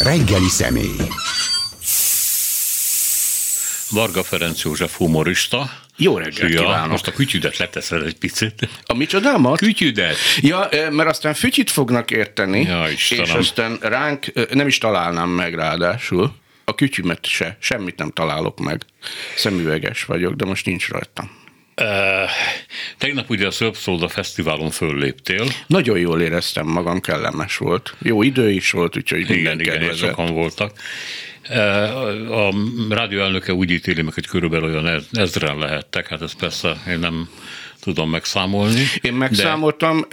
Reggeli személy. Varga Ferenc József humorista. Jó reggelt kívánok! Most a kütyüdet leteszed egy picit. A micsodámat? Kütyüdet. Ja, mert aztán fütyit fognak érteni, Ja, Istenem. és aztán ránk nem is találnám meg ráadásul. A kütyümet se, semmit nem találok meg. Szemüveges vagyok, de most nincs rajtam. Tegnap ugye a Szörpszolda Fesztiválon fölléptél. Nagyon jól éreztem magam, kellemes volt. Jó idő is volt, úgyhogy minden Igen, kedvezett. sokan voltak. A rádió elnöke úgy ítéli meg, hogy körülbelül olyan 1000-en lehettek, hát ezt persze én nem tudom megszámolni. Én megszámoltam,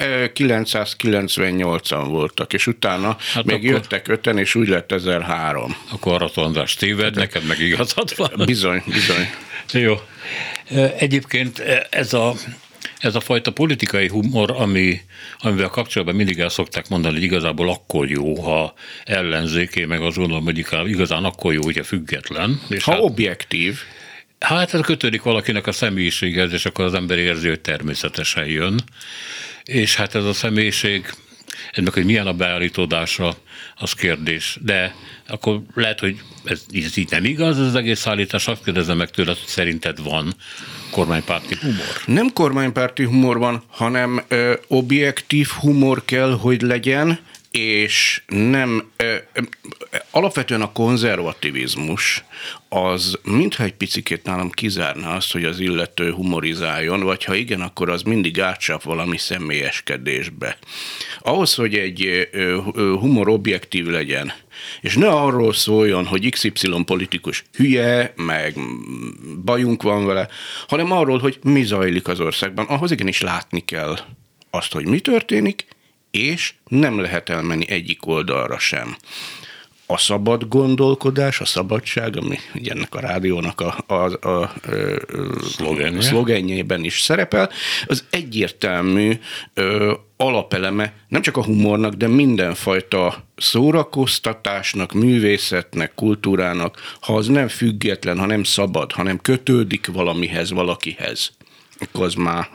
998-an voltak, és utána Hát még akkor jöttek 5-en, és úgy lett 1003. Akkor Arató András téved, neked meg igazad van. Bizony. Jó. Egyébként ez a fajta politikai humor, amivel kapcsolatban mindig el szokták mondani, hogy igazából akkor jó, ha ellenzéké, meg azt gondolom, hogy igazán akkor jó, hogyha független. És Ha objektív. Hát ez kötődik valakinek a személyiséghez, és akkor az ember érzi, hogy természetesen jön. És hát ez a személyiség, ennek, hogy milyen a beállítódása, az kérdés. De akkor lehet, hogy ez így nem igaz, ez az egész állítás. Azt kérdezem meg tőled, hogy szerinted van kormánypárti humor? Nem kormánypárti humor van, hanem objektív humor kell, hogy legyen, és nem, alapvetően a konzervativizmus az mintha egy picikét nálam kizárná azt, hogy az illető humorizáljon, vagy ha igen, akkor az mindig átcsap valami személyeskedésbe. Ahhoz, hogy egy humor objektív legyen, és ne arról szóljon, hogy XY politikus hülye, meg bajunk van vele, hanem arról, hogy mi zajlik az országban. Ahhoz igenis látni kell azt, hogy mi történik, és nem lehet elmenni egyik oldalra sem. A szabad gondolkodás, a szabadság, ami ugye ennek a rádiónak a szlogenjében is szerepel, az egyértelmű alapeleme nem csak a humornak, de mindenfajta szórakoztatásnak, művészetnek, kultúrának, ha az nem független, ha nem szabad, hanem kötődik valamihez, valakihez, akkor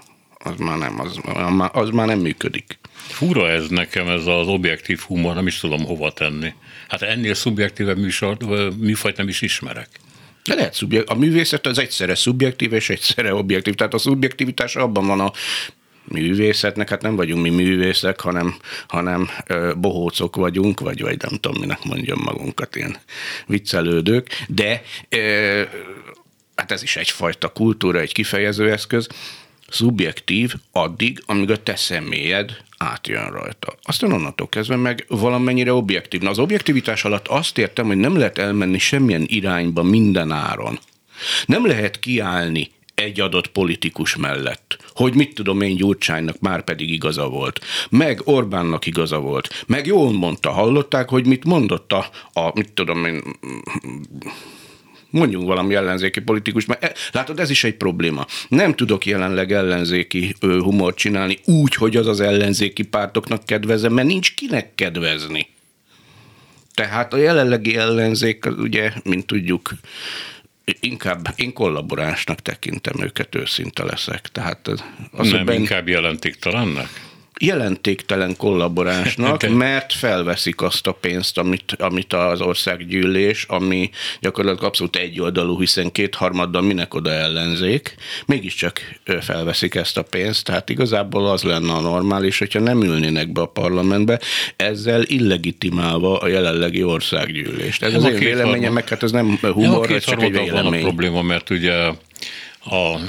az már nem működik. Fura ez nekem, ez az objektív humor, nem is tudom hova tenni. Hát ennél szubjektívebb műfajt nem is ismerek. De lehet a művészet az egyszerre szubjektív és egyszerre objektív. Tehát a szubjektivitás abban van a művészetnek, hát nem vagyunk mi művészek, hanem bohócok vagyunk, vagy nem tudom, minek mondjam magunkat, ilyen viccelődők, de hát ez is egyfajta kultúra, egy kifejező eszköz. Szubjektív addig, amíg a te személyed átjön rajta. Aztán onnantól kezdve meg valamennyire objektív. Na, az objektivitás alatt azt értem, hogy nem lehet elmenni semmilyen irányba minden áron. Nem lehet kiállni egy adott politikus mellett, hogy mit tudom én, Gyurcsánynak már pedig igaza volt, meg Orbánnak igaza volt, meg jól mondta, hallották, hogy mit mondott mit tudom én, mondjunk valami ellenzéki politikus, mert látod, ez is egy probléma. Nem tudok jelenleg ellenzéki humort csinálni úgy, hogy az ellenzéki pártoknak kedvezzen, mert nincs kinek kedvezni. Tehát a jelenlegi ellenzék, ugye, mint tudjuk, inkább én kollaboránsnak tekintem őket, őszinte leszek. Tehát inkább jelentéktelennek? Jelentéktelen kollaboránsnak, mert felveszik azt a pénzt, amit az országgyűlés, ami gyakorlatilag abszolút egyoldalú, hiszen 2/3 minek oda ellenzék, mégiscsak felveszik ezt a pénzt, tehát igazából az lenne a normális, hogyha nem ülnének be a parlamentbe, ezzel illegitimálva a jelenlegi országgyűlést. Ez az én véleményem, meg hát ez nem humor, ez csak egy vélemény. Van a probléma, mert ugye az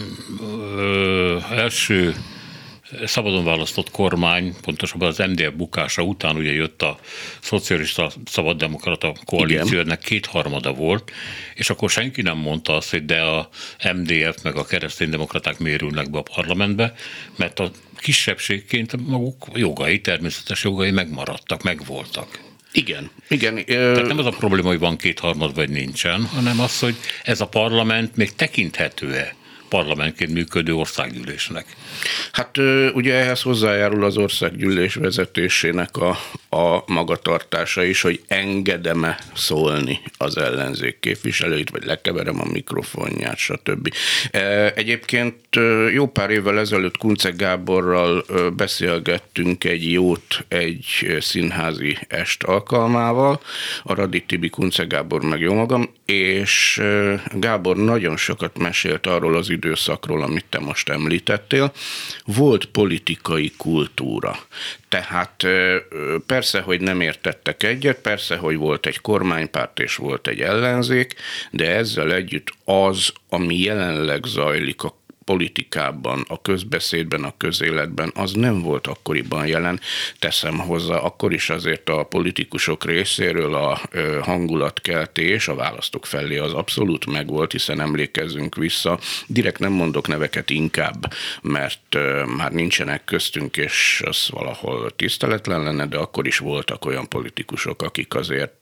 első szabadon választott kormány, pontosabban az MDF bukása után ugye jött a szocialista szabaddemokrata koalíció, ennek 2/3 volt, és akkor senki nem mondta azt, hogy de a MDF meg a kereszténydemokraták mérülnek be a parlamentbe, mert a kisebbségként maguk jogai, természetes jogai megmaradtak, megvoltak. Igen. Tehát nem az a probléma, hogy van 2/3 vagy nincsen, hanem az, hogy ez a parlament még tekinthető-e parlamentként működő országgyűlésnek. Hát ugye ehhez hozzájárul az országgyűlés vezetésének a magatartása is, hogy engedem-e szólni az ellenzék képviselőit, vagy lekeverem a mikrofonját, stb. Egyébként jó pár évvel ezelőtt Kunce Gáborral beszélgettünk egy jót egy színházi est alkalmával, a Radi Tibi, Kunce Gábor meg jó magam, és Gábor nagyon sokat mesélt arról az időszakról, amit te most említettél. Volt politikai kultúra. Tehát persze, hogy nem értettek egyet, persze, hogy volt egy kormánypárt és volt egy ellenzék, de ezzel együtt az, ami jelenleg zajlik a politikában, a közbeszédben, a közéletben, az nem volt akkoriban jelen. Teszem hozzá, akkor is azért a politikusok részéről a hangulatkeltés a választók felé az abszolút megvolt, hiszen emlékezzünk vissza. Direkt nem mondok neveket inkább, mert már nincsenek köztünk, és az valahol tiszteletlen lenne, de akkor is voltak olyan politikusok, akik azért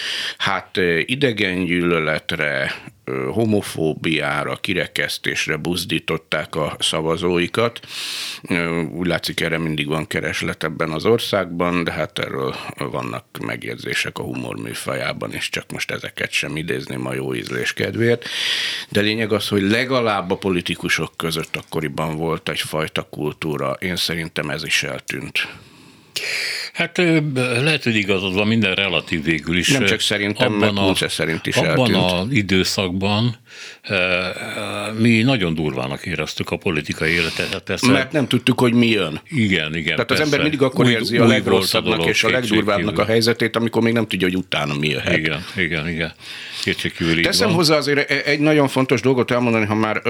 idegengyűlöletre, homofóbiára, kirekesztésre buzdították a szavazóikat. Úgy látszik, erre mindig van kereslet ebben az országban, de hát erről vannak megjegyzések a humor műfajában, és csak most ezeket sem idézném a jó ízlés kedvéért. De lényeg az, hogy legalább a politikusok között akkoriban volt egyfajta kultúra. Én szerintem ez is eltűnt. Hát lehet, hogy igazad van, minden relatív végül is. Nem csak szerintem, meg Kunce szerint is abban eltűnt. az időszakban mi nagyon durvának éreztük a politikai életet. Mert nem tudtuk, hogy mi jön. Igen. Tehát persze. az ember mindig akkor érzi a legrosszabbnak és a legdurvábbnak a helyzetét, amikor még nem tudja, hogy utána mi jöhet. Igen. Kétségkívül így Teszem van. hozzá azért egy nagyon fontos dolgot elmondani, ha már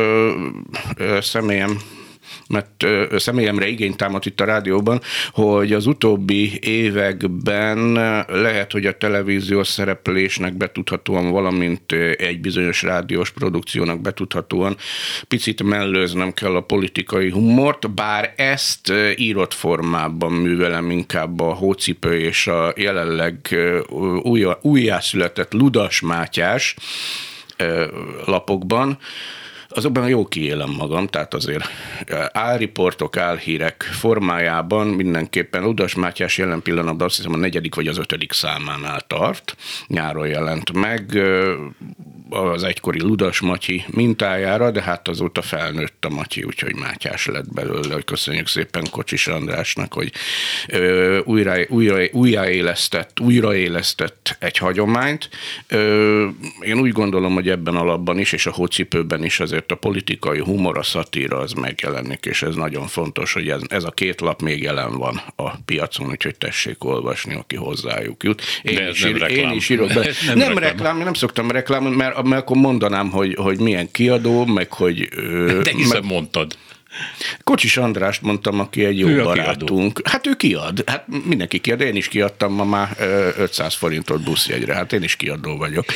személyemre igényt támadt itt a rádióban, hogy az utóbbi években lehet, hogy a televíziós szereplésnek betudhatóan, valamint egy bizonyos rádiós produkciónak betudhatóan picit mellőznem kell a politikai humort, bár ezt írott formában művelem inkább a Hócipő és a jelenleg újjászületett Ludas Mátyás lapokban. Azokban jó kiélem magam, tehát azért álriportok, álhírek formájában mindenképpen Ludas Mátyás jelen pillanatban azt hiszem a 4. vagy az 5. számánál tart. Nyáron jelent meg az egykori Ludas Matyi mintájára, de hát azóta felnőtt a Matyi, úgyhogy Mátyás lett belőle, hogy köszönjük szépen Kocsis Andrásnak, hogy újraélesztett egy hagyományt. Én úgy gondolom, hogy ebben a labban is, és a Hócipőben is azért a politikai humor, a szatíra az megjelenik, és ez nagyon fontos, hogy ez a két lap még jelen van a piacon, úgyhogy tessék olvasni, aki hozzájuk jut. Én is írok be. Nem reklám, nem szoktam reklámolni, mert akkor mondanám, hogy milyen kiadó, meg hogy... De hiszen mondtad. Kocsis Andrást mondtam, aki egy jó barátunk. Hát ő kiad. Hát mindenki kiad. Én is kiadtam ma már 500 forintot buszjegyre. Hát én is kiadó vagyok.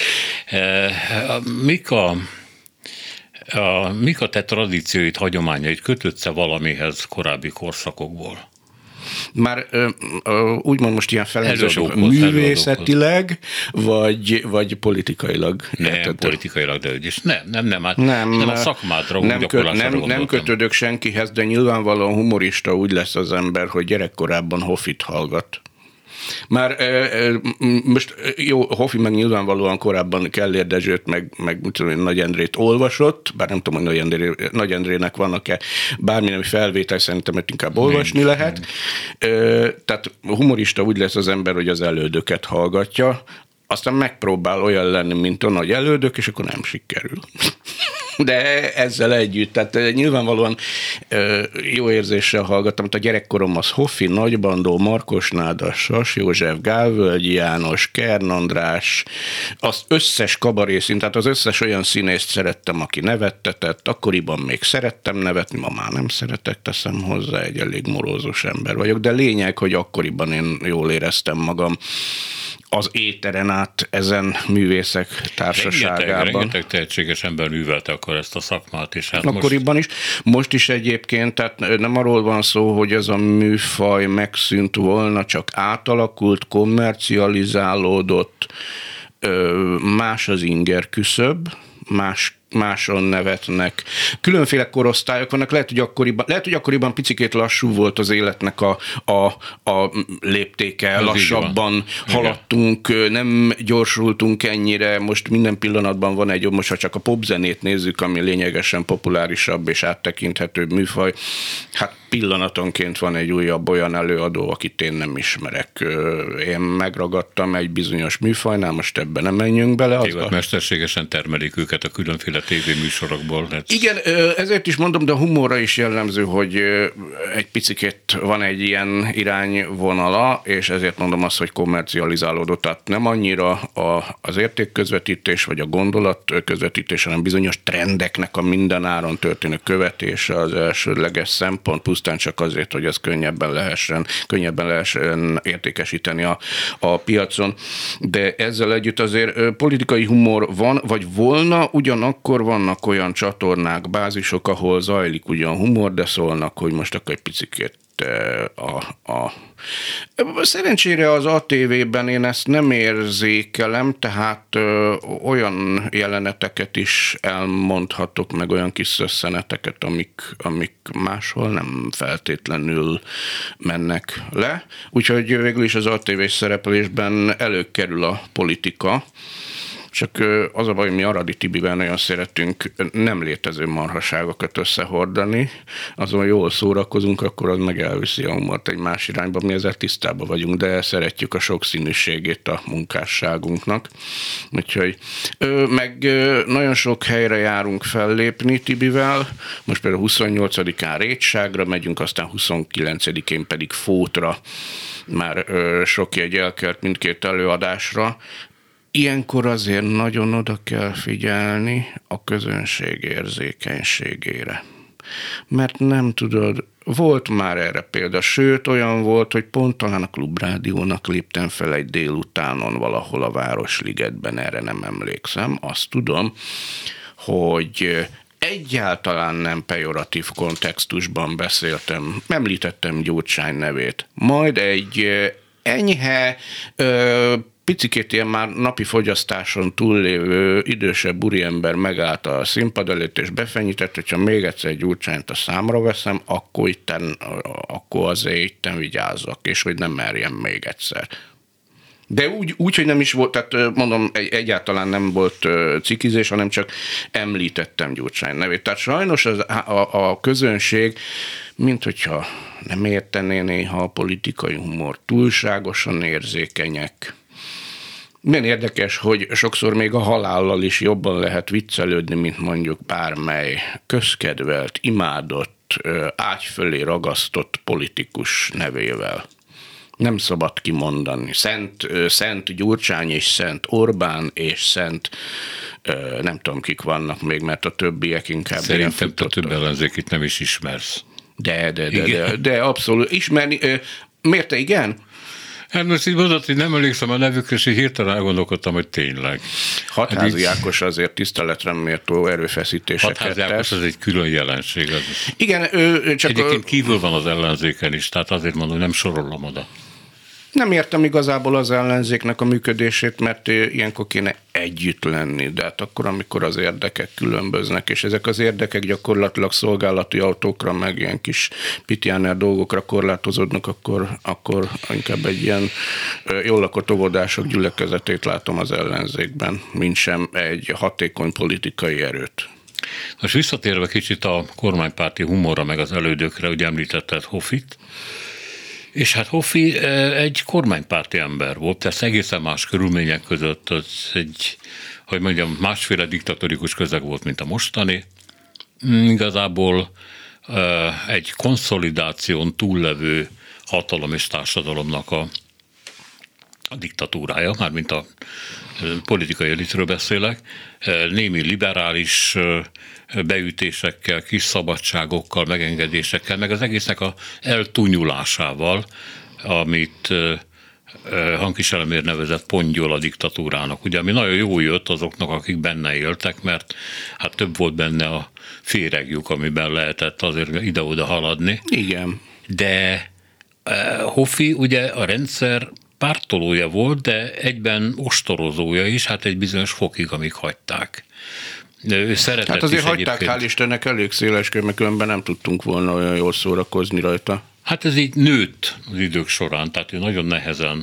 Mik a te tradícióid, hagyományait, kötötsz-e valamihez korábbi korszakokból? Már úgymond most ilyen felelősök művészetileg, vagy politikailag? Nem, politikailag, de úgyis. Nem a szakmádra, nem kötődök senkihez, de nyilvánvalóan humorista úgy lesz az ember, hogy gyerekkorában Hoffit hallgat. Már most jó, Hoffi meg nyilvánvalóan korábban Kellér Dezsőt, meg Nagy Endrét olvasott, bár nem tudom, hogy Nagy Endrének vannak-e bármilyen felvétel, szerintem mert inkább olvasni lehet. Tehát humorista úgy lesz az ember, hogy az elődöket hallgatja, aztán megpróbál olyan lenni, mint a nagy elődök, és akkor nem sikerül. De ezzel együtt, tehát nyilvánvalóan jó érzéssel hallgattam, a gyerekkorom az Hoffi, Nagybandó, Markos Nádas, Sas József, Gálvölgyi János, Kern András, az összes kabarészín, tehát az összes olyan színészt szerettem, aki nevettetett, akkoriban még szerettem nevetni, ma már nem szeretek, teszem hozzá, egy elég morózos ember vagyok, de lényeg, hogy akkoriban én jól éreztem magam az éteren át ezen művészek társaságában. Rengeteg tehetséges ember művelte akkor ezt a szakmát is. Hát akkoriban is. Most is egyébként, tehát nem arról van szó, hogy ez a műfaj megszűnt volna, csak átalakult, kommercializálódott, más az inger küszöb, más máson nevetnek. Különféle korosztályok vannak, lehet, hogy akkoriban picikét lassú volt az életnek a léptéke, lassabban haladtunk, nem gyorsultunk ennyire, most minden pillanatban van most ha csak a popzenét nézzük, ami lényegesen populárisabb és áttekinthetőbb műfaj, hát pillanatonként van egy újabb olyan előadó, akit én nem ismerek. Én megragadtam egy bizonyos műfajnál, most ebben nem menjünk bele. Mesterségesen termelik őket a különféle tévéműsorokból. Igen, ezért is mondom, de a humorra is jellemző, hogy egy picikét van egy ilyen irányvonala, és ezért mondom azt, hogy kommercializálódott. Tehát nem annyira az értékközvetítés, vagy a gondolat közvetítés, hanem bizonyos trendeknek a mindenáron történő követése az elsődleges szempont, pusztán csak azért, hogy ez könnyebben lehessen értékesíteni a piacon. De ezzel együtt azért politikai humor van, vagy volna, ugyanakkor vannak olyan csatornák, bázisok, ahol zajlik ugyan humor, de szólnak, hogy most akkor egy picikét szerencsére az ATV-ben én ezt nem érzékelem, tehát olyan jeleneteket is elmondhatok, meg olyan kis szösszeneteket, amik máshol nem feltétlenül mennek le. Úgyhogy végül is az ATV-s szereplésben előkerül a politika. Csak az a baj, hogy mi Aradi Tibivel nagyon szeretünk nem létező marhaságokat összehordani, azon jól szórakozunk, akkor az meg elviszi a humort egy más irányba, mi ezzel tisztában vagyunk, de szeretjük a sokszínűségét a munkásságunknak. Úgyhogy meg nagyon sok helyre járunk fellépni Tibivel, most például 28-án Rétságra megyünk, aztán 29-én pedig Fótra, már sok jegy elkelt mindkét előadásra. Ilyenkor azért nagyon oda kell figyelni a közönség érzékenységére. Mert nem tudod, volt már erre példa, sőt olyan volt, hogy pont talán a Klubrádiónak léptem fel egy délutánon valahol a Városligetben, erre nem emlékszem, azt tudom, hogy egyáltalán nem pejoratív kontextusban beszéltem, említettem Gyurcsány nevét, majd egy enyhe, picikét ilyen már napi fogyasztáson túllévő idősebb úriember megállt a színpad előtt és befenyített, hogyha még egyszer Gyurcsányt a számra veszem, akkor azért itten vigyázzak, és hogy nem merjem még egyszer. De úgy, hogy nem is volt, tehát mondom, egyáltalán nem volt cikizés, hanem csak említettem Gyurcsány nevét. Tehát sajnos a közönség, mint hogyha nem értené néha a politikai humor, túlságosan érzékenyek. Milyen érdekes, hogy sokszor még a halállal is jobban lehet viccelődni, mint mondjuk bármely közkedvelt, imádott, ágy fölé ragasztott politikus nevével. Nem szabad kimondani. Szent Gyurcsány és Szent Orbán és Szent nem tudom kik vannak még, mert a többiek inkább... Szerintem a több ellenzékit nem is ismersz. De abszolút. Ismerni... Miért te igen? Hát most így mondod, hogy nem emlékszem a nevükre, és így hirtelen elgondolkodtam, hogy tényleg. Hatházi Ákos azért tiszteletre méltó erőfeszítéseket tesz. Hatházi Ákos az egy külön jelenség. Igen, csak... Egyébként kívül van az ellenzéken is, tehát azért mondom, hogy nem sorolom oda. Nem értem igazából az ellenzéknek a működését, mert ilyenkor kéne együtt lenni, de hát akkor, amikor az érdekek különböznek, és ezek az érdekek gyakorlatilag szolgálati autókra, meg ilyen kis pitjáner dolgokra korlátozódnak, akkor inkább egy ilyen jól lakott óvodások gyülekezetét látom az ellenzékben, mint sem egy hatékony politikai erőt. Most visszatérve kicsit a kormánypárti humorra, meg az elődökre, ugye említetted Hoffit, és hát Hoffi egy kormánypárti ember volt, tehát egészen más körülmények között, az egy, hogy mondjam, másféle diktatórikus közeg volt, mint a mostani. Igazából egy konszolidáción túllevő hatalom és társadalomnak a diktatúrája, mármint a politikai elitről beszélek, némi liberális beütésekkel, kis szabadságokkal, megengedésekkel, meg az egésznek a eltúnyulásával, amit Hankis Elemér nevezett pongyola diktatúrának, ugye, ami nagyon jó jött azoknak, akik benne éltek, mert hát több volt benne a féregjuk, amiben lehetett azért ide-oda haladni. Igen. De Hoffi ugye a rendszer pártolója volt, de egyben ostorozója is, hát egy bizonyos fokig, amíg hagyták. Hát azért hagyták hál' Istennek elég széles kör, mert különben nem tudtunk volna olyan jól szórakozni rajta. Hát ez így nőtt az idők során, tehát ő nagyon nehezen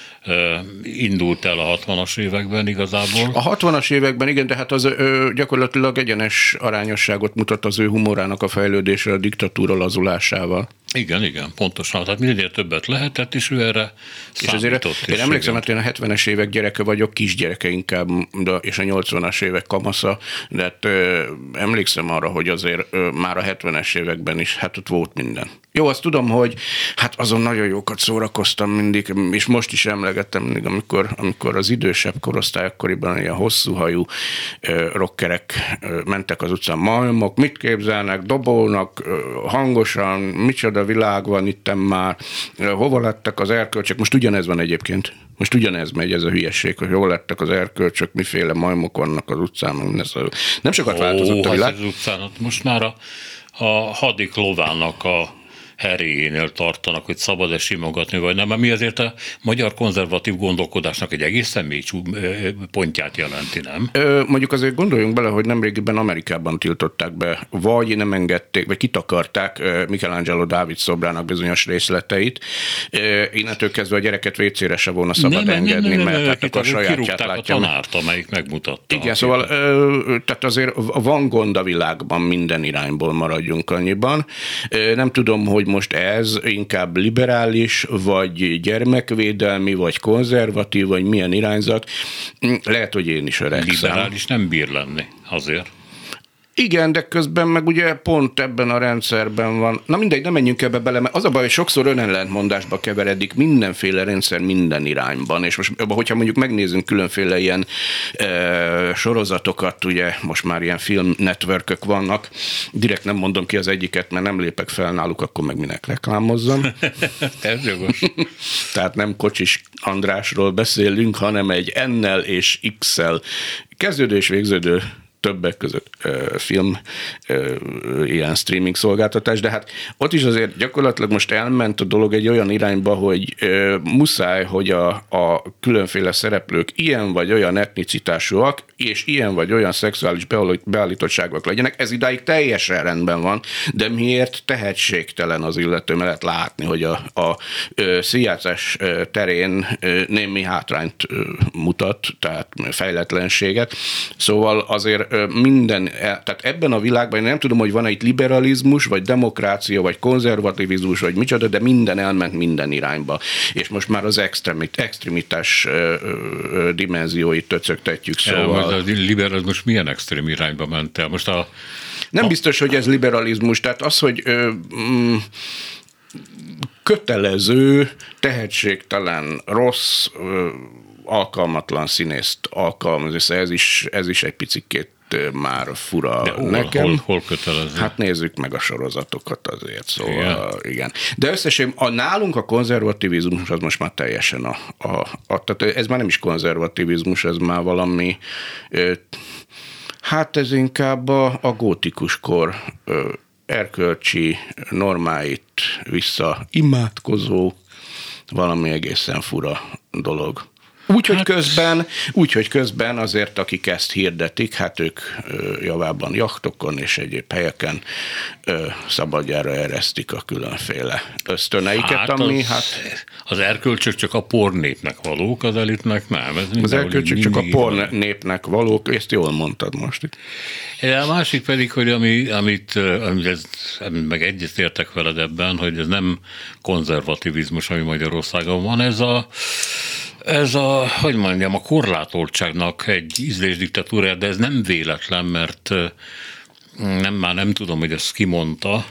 indult el a 60-as években igazából. A 60-as években igen, de hát az gyakorlatilag egyenes arányosságot mutat az ő humorának a fejlődésre a diktatúra lazulásával. Igen, pontosan. Tehát minél többet lehetett, és ő erre számított. Én emlékszem, hogy én a 70-es évek gyereke vagyok, kisgyereke inkább, és a 80-as évek kamasza, de hát, emlékszem arra, hogy azért már a 70-es években is, hát ott volt minden. Jó, azt tudom, hogy hát azon nagyon jókat szórakoztam mindig, és most is emlegettem mindig, amikor az idősebb korosztály akkoriban ilyen hosszú hajú rockerek mentek az utcán, majmok, mit képzelnek, dobolnak hangosan, micsoda világ van itten már, hova lettek az erkölcsök, most ugyanez van egyébként, most ugyanez megy ez a hülyeség, hogy hol lettek az erkölcsök, miféle majmok vannak az utcán, nem sokat változott a világ. Az utcán, most már a hadik lovának a heréjénél tartanak, hogy szabad-e simogatni, vagy nem, mert mi azért a magyar konzervatív gondolkodásnak egy egészen mély pontját jelenti, nem? Mondjuk azért gondoljunk bele, hogy nemrégiben Amerikában tiltották be, vagy nem engedték, vagy kitakarták Michelangelo Dávid szobrának bizonyos részleteit. Innentől kezdve a gyereket WC-re se volna szabad engedni, mert hát akkor a sajátját látja. A tanárt, amelyik megmutatta. Igen, szóval tehát azért van gond a világban, minden irányból maradjunk annyiban. Nem tudom, hogy most ez inkább liberális, vagy gyermekvédelmi, vagy konzervatív, vagy milyen irányzat. Lehet, hogy én is öregszem. Liberális nem bír lenni azért. Igen, de közben meg ugye pont ebben a rendszerben van. Na mindegy, nem menjünk ebbe bele, mert az a baj, hogy sokszor önellentmondásba keveredik mindenféle rendszer minden irányban, és most, hogyha mondjuk megnézzünk különféle ilyen sorozatokat, ugye most már ilyen film networkök vannak, direkt nem mondom ki az egyiket, mert nem lépek fel náluk, akkor meg minek reklámozzam. Ez jogos. Tehát nem Kocsis Andrásról beszélünk, hanem egy N-nel és X-szel kezdődő és végződő többek között film, ilyen streaming szolgáltatás, de hát ott is azért gyakorlatilag most elment a dolog egy olyan irányba, hogy muszáj, hogy a különféle szereplők ilyen vagy olyan etnicitásúak, és ilyen vagy olyan szexuális beállítottságok legyenek. Ez idáig teljesen rendben van, de miért tehetségtelen az illető, mert lehet látni, hogy a színjátszás terén némi hátrányt mutat, tehát fejletlenséget. Szóval azért tehát ebben a világban én nem tudom, hogy van egy liberalizmus, vagy demokrácia, vagy konzervativizmus, vagy micsoda, de minden elment minden irányba. És most már az extremitás dimenzióit töcögtetjük, szóval. A liberalizmus milyen extrém irányba ment el? Most nem biztos, hogy ez liberalizmus, tehát az, hogy kötelező, tehetségtelen, rossz, alkalmatlan színészt alkalmazni, szóval ez is egy picikét már fura nekem. Hol kötelező? Hát nézzük meg a sorozatokat azért, szóval igen. De összesen nálunk a konzervativizmus az most már teljesen tehát ez már nem is konzervativizmus, ez már valami, hát ez inkább a gótikus kor erkölcsi normáit visszaimádkozó, valami egészen fura dolog. Úgyhogy közben azért, akik ezt hirdetik, hát ők javában jachtokon és egyéb helyeken szabadjára eresztik a különféle ösztöneiket, az erkölcsök csak a pornépnek valók, az elitnek nem. Az erkölcsök csak a pornépnek valók, ezt jól mondtad most itt. A másik pedig, hogy amit meg egyetértek veled ebben, hogy ez nem konzervativizmus, ami Magyarországon van, ez hogy mondjam, a korlátoltságnak egy ízlésdiktatúra, de ez nem véletlen, mert már nem tudom, hogy ezt ki mondta,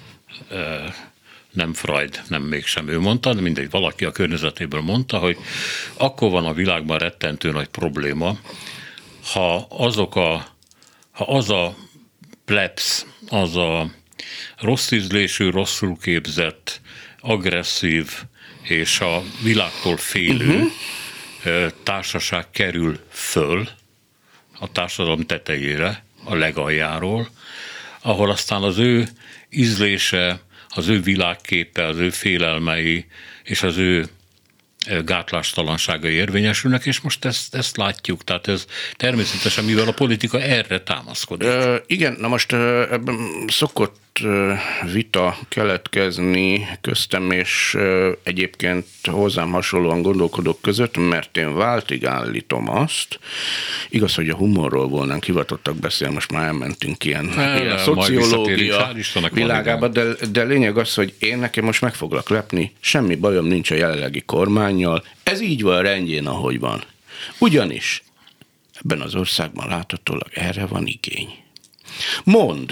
nem Freud, nem mégsem ő mondta, de mindegy, valaki a környezetéből mondta, hogy akkor van a világban rettentő nagy probléma, ha az a plebs, az a rossz ízlésű, rosszul képzett, agresszív, és a világtól félő társaság kerül föl a társadalom tetejére, a legaljáról, ahol aztán az ő ízlése, az ő világképe, az ő félelmei és az ő gátlástalanságai érvényesülnek, és most ezt látjuk. Tehát ez természetesen, mivel a politika erre támaszkodik. Igen, na most ebben szokott vita keletkezni köztem és egyébként hozzám hasonlóan gondolkodók között, mert én váltig állítom azt, igaz, hogy a humorról volnánk hivatottak beszélni, most már elmentünk ilyen szociológia világába, de lényeg az, hogy én nekem most meg foglak lepni, semmi bajom nincs a jelenlegi kormánnyal, ez így van rendjén, ahogy van. Ugyanis ebben az országban láthatólag erre van igény. Mondd,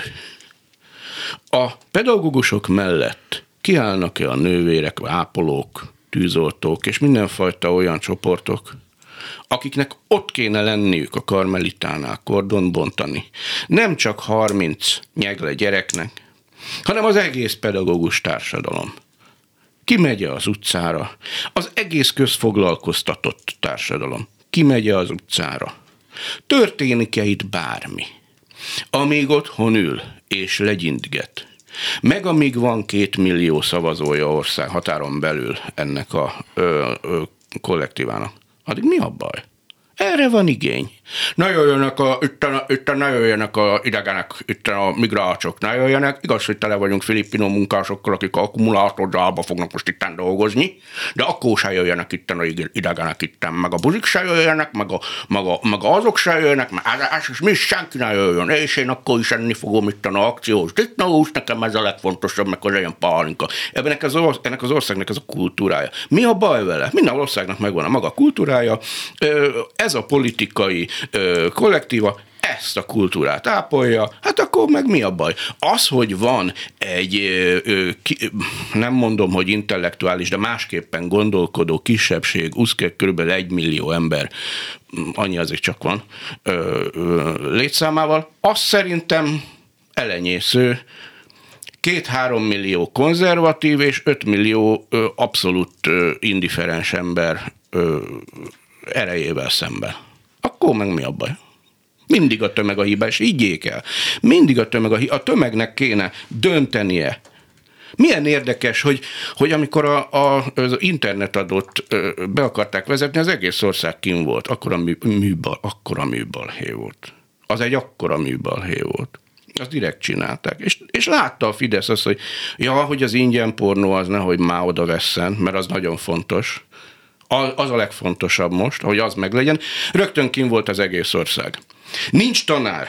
a pedagógusok mellett kiállnak-e a nővérek, ápolók, tűzoltók és mindenfajta olyan csoportok, akiknek ott kéne lenniük a Karmelitánál kordont bontani. Nem csak 30 nyegle gyereknek, hanem az egész pedagógus társadalom. Kimegy az utcára? Az egész közfoglalkoztatott társadalom. Kimegy az utcára? Történik-e itt bármi? Amíg otthon ül és legyintget, meg amíg van 2 millió szavazója ország határon belül ennek a kollektívának, addig mi a baj? Erre van igény. Ne jöjjenek ne jöjjenek a idegenek, itt a migránsok, ne jöjjenek. Igaz, hogy tele vagyunk filipino munkásokkal, akik akkumulátorgyárba fognak most itten dolgozni, de akkor se jöjjenek itten a idegenek itten, meg a buzik se jöjjenek, meg azok se jöjjenek, meg és mi senki ne jöjjön, és én akkor is enni fogom itten a akciós disznóhús, nekem ez a legfontosabb, meg az ilyen pálinka. Ennek az országnak ez a kultúrája. Mi a baj vele? Minden országnak megvan a maga kultúrája, ez a politikai kollektíva ezt a kultúrát ápolja, hát akkor meg mi a baj? Az, hogy van egy, nem mondom, hogy intellektuális, de másképpen gondolkodó kisebbség, kb. 1 millió ember, annyi azért csak van, létszámával, az szerintem elenyésző, 2-3 millió konzervatív és 5 millió abszolút indiferens ember erejével szemben. Akkor meg mi a baj? Mindig a tömeg a hibás, higgyék el. Mindig a tömeg a tömegnek kéne döntenie. Milyen érdekes, hogy amikor az internetadót be akarták vezetni, az egész ország kim volt. Akkora műbalhé volt. Az egy akkora műbalhé volt. Azt direkt csinálták. És látta a Fidesz azt, hogy az ingyen pornó az nehogy már oda vesszen, mert az nagyon fontos. Az a legfontosabb most, hogy az meglegyen. Rögtön kim volt az egész ország. Nincs tanár.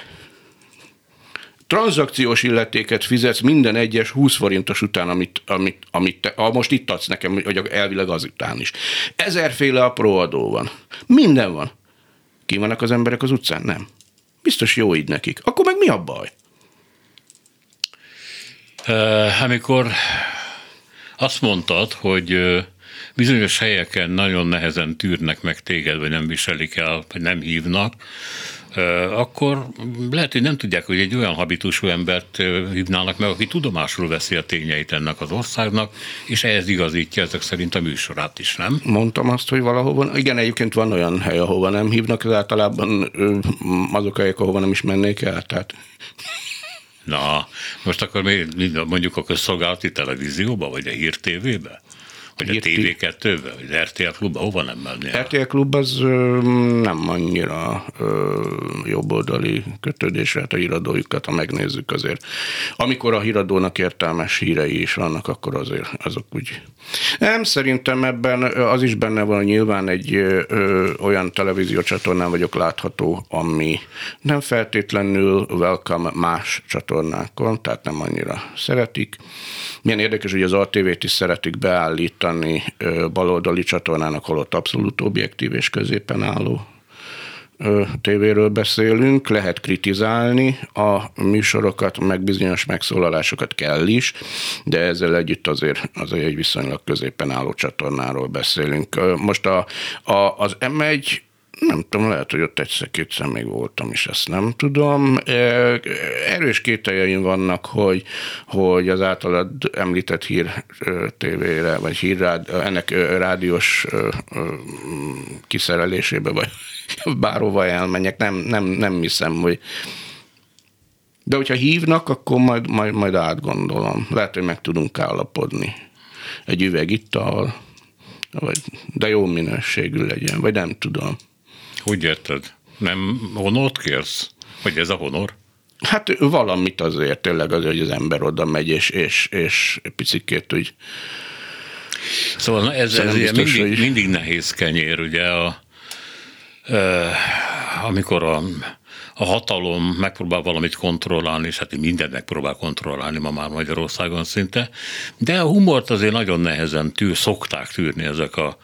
Tranzakciós illetéket fizetsz minden egyes 20 forintos után, amit te most itt adsz nekem, vagy elvileg azután is. 1000-féle apró adó van. Minden van. Ki vannak az emberek az utcán? Nem. Biztos jó így nekik. Akkor meg mi a baj? Amikor azt mondtad, hogy bizonyos helyeken nagyon nehezen tűrnek meg téged, vagy nem viselik el, vagy nem hívnak, akkor lehet, hogy nem tudják, hogy egy olyan habitusú embert hívnának meg, aki tudomásul veszi a tényeit ennek az országnak, és ehhez igazítja ezek szerint a műsorát is, nem? Mondtam azt, hogy valahova, igen, egyébként van olyan hely, ahova nem hívnak, az általában azok a helyek, ahova nem is mennék el, tehát... Na, most akkor mondjuk a közszolgálati televízióba, vagy a Hír TV-be? Vagy a TV2-be, vagy az RTL Klubba, hova nem mennél? RTL Klub az nem annyira jobboldali kötődésre, hát a híradójukat, ha megnézzük azért. Amikor a híradónak értelmes hírei is vannak, akkor azért azok úgy... Nem, szerintem ebben az is benne van, hogy nyilván egy olyan televíziócsatornán vagyok látható, ami nem feltétlenül welcome más csatornákon, tehát nem annyira szeretik. Milyen érdekes, hogy az ATV-t is szeretik beállítani baloldali csatornának, holott abszolút objektív és középen álló tévéről beszélünk. Lehet kritizálni a műsorokat, meg bizonyos megszólalásokat kell is, de ezzel együtt azért egy viszonylag középen álló csatornáról beszélünk. Most az M1, nem tudom, lehet, hogy ott egyszer-kétszer még voltam is, ezt nem tudom. Erős kételjeim vannak, hogy az általad említett Hír TV-re, vagy ennek rádiós kiszerelésébe, vagy bárhova elmenjek, nem hiszem, hogy... De hogyha hívnak, akkor majd átgondolom. Lehet, hogy meg tudunk állapodni. Egy üveg ittal, De jó minőségű legyen, vagy nem tudom. Úgy érted? Nem honort kérsz? Vagy ez a honor? Hát valamit azért tényleg azért, hogy az ember oda megy, és picikét úgy... Szóval ez biztos, mindig nehéz kenyér, ugye, amikor a hatalom megpróbál valamit kontrollálni, és hát mindent megpróbál kontrollálni ma már Magyarországon szinte, de a humort azért nagyon nehezen szokták tűrni ezek a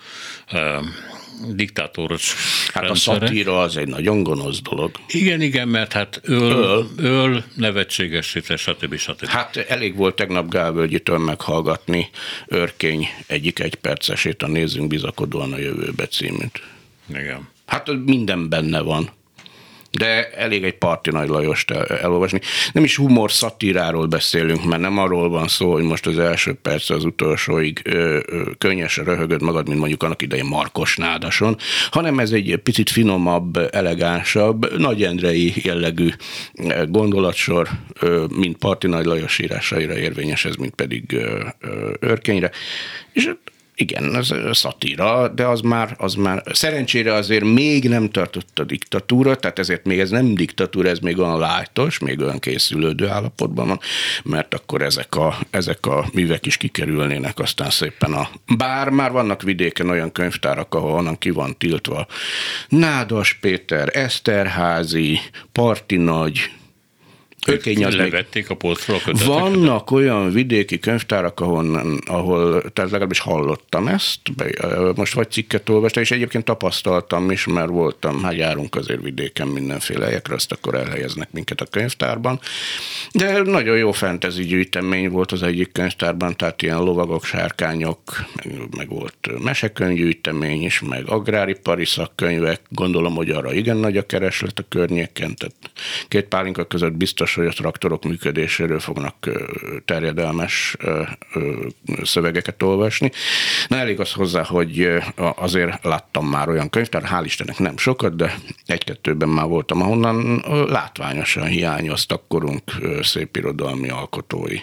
diktátoros Hát rendszere. A szatíra az egy nagyon gonosz dolog. Igen, mert hát nevetségesítés, stb. Hát elég volt tegnap Gálvölgyitől meghallgatni Örkény egyik egypercesét, a Nézzünk bizakodóan a jövőbe címűt. Igen. Hát minden benne van. De elég egy Parti Nagy Lajost elolvasni. Nem is humor szatíráról beszélünk, mert nem arról van szó, hogy most az első perc az utolsóig könnyesen röhögöd magad, mint mondjuk annak idején Markos Nádason, hanem ez egy picit finomabb, elegánsabb, Nagy Endrei jellegű gondolatsor, mint Parti Nagy Lajos írásaira érvényes, ez mint pedig Örkényre. És igen, ez szatíra, de az már szerencsére azért még nem tartott a diktatúra, tehát ezért még ez nem diktatúra, ez még olyan lájtos, még olyan készülődő állapotban van, mert akkor ezek a művek is kikerülnének aztán szépen bár már vannak vidéken olyan könyvtárak, ahol onnan ki van tiltva Nádas Péter, Eszterházy, Parti Nagy, levették a polcról a köteteket. Vannak olyan vidéki könyvtárak, ahol tehát legalábbis hallottam ezt, most vagy cikket olvastam, és egyébként tapasztaltam is, mert voltam, hát járunk azért vidéken mindenféle helyekre, azt akkor elhelyeznek minket a könyvtárban. De nagyon jó fantasy gyűjtemény volt az egyik könyvtárban, tehát ilyen lovagok, sárkányok, meg volt mesekönyvgyűjtemény is, meg agráripari szakkönyvek, gondolom, hogy arra igen nagy a kereslet a környéken, tehát két pálinka között biztos, hogy a traktorok működéséről fognak terjedelmes szövegeket olvasni. Na elég az hozzá, hogy azért láttam már olyan könyvtár, hál' Istennek nem sokat, de egy-kettőben már voltam, ahonnan látványosan hiányoztak korunk szépirodalmi alkotói.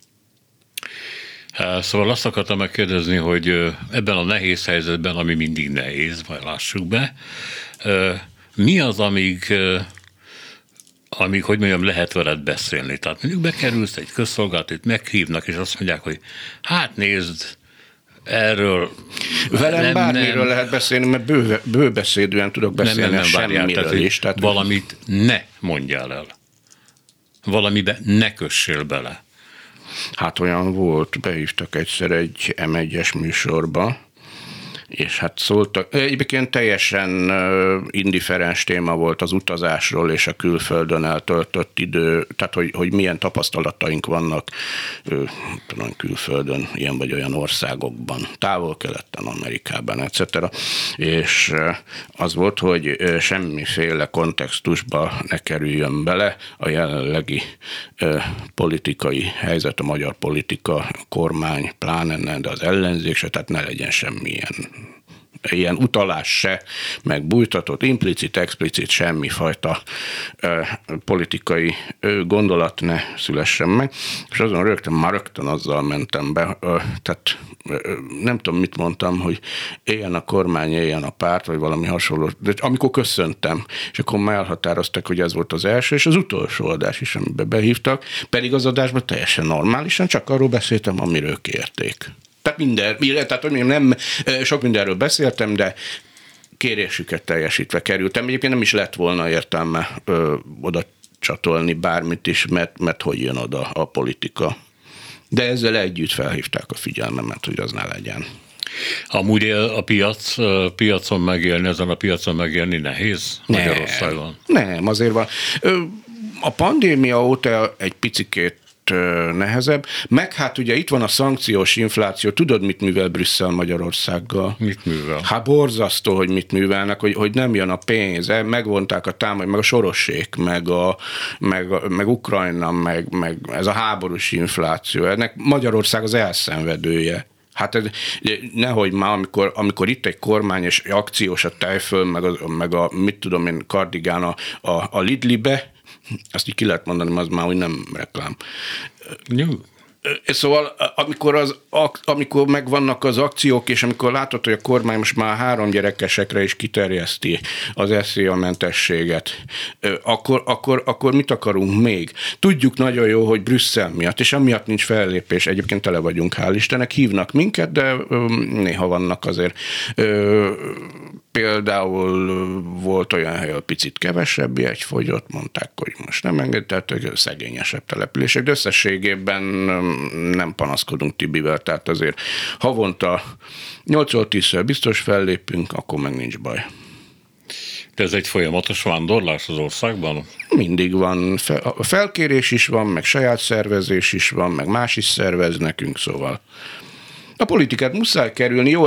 Szóval azt akartam megkérdezni, hogy ebben a nehéz helyzetben, ami mindig nehéz, majd lássuk be, mi az, amíg, hogy mondjam, lehet veled beszélni. Tehát mondjuk bekerülsz egy közszolgálatot, meghívnak, és azt mondják, hogy hát nézd, erről... Velem bármiről lehet beszélni, mert bőbeszédűen tudok beszélni semmiről is. Tehát valamit ne mondjál el. Valamibe ne kössél bele. Hát olyan volt, behívtak egyszer egy M1-es műsorba, és hát szóltak, egyébként teljesen indiferens téma volt az utazásról és a külföldön eltöltött idő, tehát hogy milyen tapasztalataink vannak tudom, külföldön, ilyen vagy olyan országokban, Távol-Keleten, Amerikában, etc. És az volt, hogy semmiféle kontextusba ne kerüljön bele a jelenlegi politikai helyzet, a magyar politika, kormány, pláne, de az ellenzék se, tehát ne legyen semmilyen ilyen utalás se, meg bújtatott, implicit, explicit, semmifajta politikai gondolat ne szülessen meg, és azon rögtön azzal mentem be, tehát nem tudom, mit mondtam, hogy éljen a kormány, éljen a párt, vagy valami hasonló, de amikor köszöntem, és akkor már elhatároztak, hogy ez volt az első, és az utolsó adás is, amiben behívtak, pedig az adásban teljesen normálisan, csak arról beszéltem, amiről kérték. Tehát hogy nem sok mindenről beszéltem, de kérésüket teljesítve kerültem. Egyébként nem is lett volna értelme oda csatolni bármit is, mert hogy jön oda a politika. De ezzel együtt felhívták a figyelmemet, hogy az ne legyen. Amúgy piacon megélni, ezen a piacon megélni nehéz Magyarországon? Nem, azért van. A pandémia óta egy picikét nehezebb, meg hát ugye itt van a szankciós infláció, tudod, mit művel Brüsszel Magyarországgal? Mit művel? Hát borzasztó, hogy mit művelnek, hogy nem jön a pénz, megvonták a támogatást, meg a sorossék, meg Ukrajna, meg ez a háborús infláció, ennek Magyarország az elszenvedője. Hát nehogy már, amikor itt egy kormány és akciós a tejföl, meg a mit tudom én, kardigán a Lidlibe, azt így ki lehet mondani, az már úgy nem reklám. Jó. Szóval amikor megvannak az akciók, és amikor látod, hogy a kormány most már 3 gyerekesekre is kiterjeszti az SZIA-mentességet, akkor mit akarunk még? Tudjuk nagyon jó, hogy Brüsszel miatt, és amiatt nincs fellépés, egyébként tele vagyunk, hál' Istennek, hívnak minket, de néha vannak azért. Például volt olyan hely, ahol picit kevesebb jegyfogyott, mondták, hogy most nem engedtek, szegényesebb települések, de összességében nem panaszkodunk Tibivel, tehát azért havonta 8-10-szer biztos fellépünk, akkor meg nincs baj. De ez egy folyamatos vándorlás az országban? Mindig van. Felkérés is van, meg saját szervezés is van, meg más is szervez nekünk, szóval a politikát muszáj kerülni, jó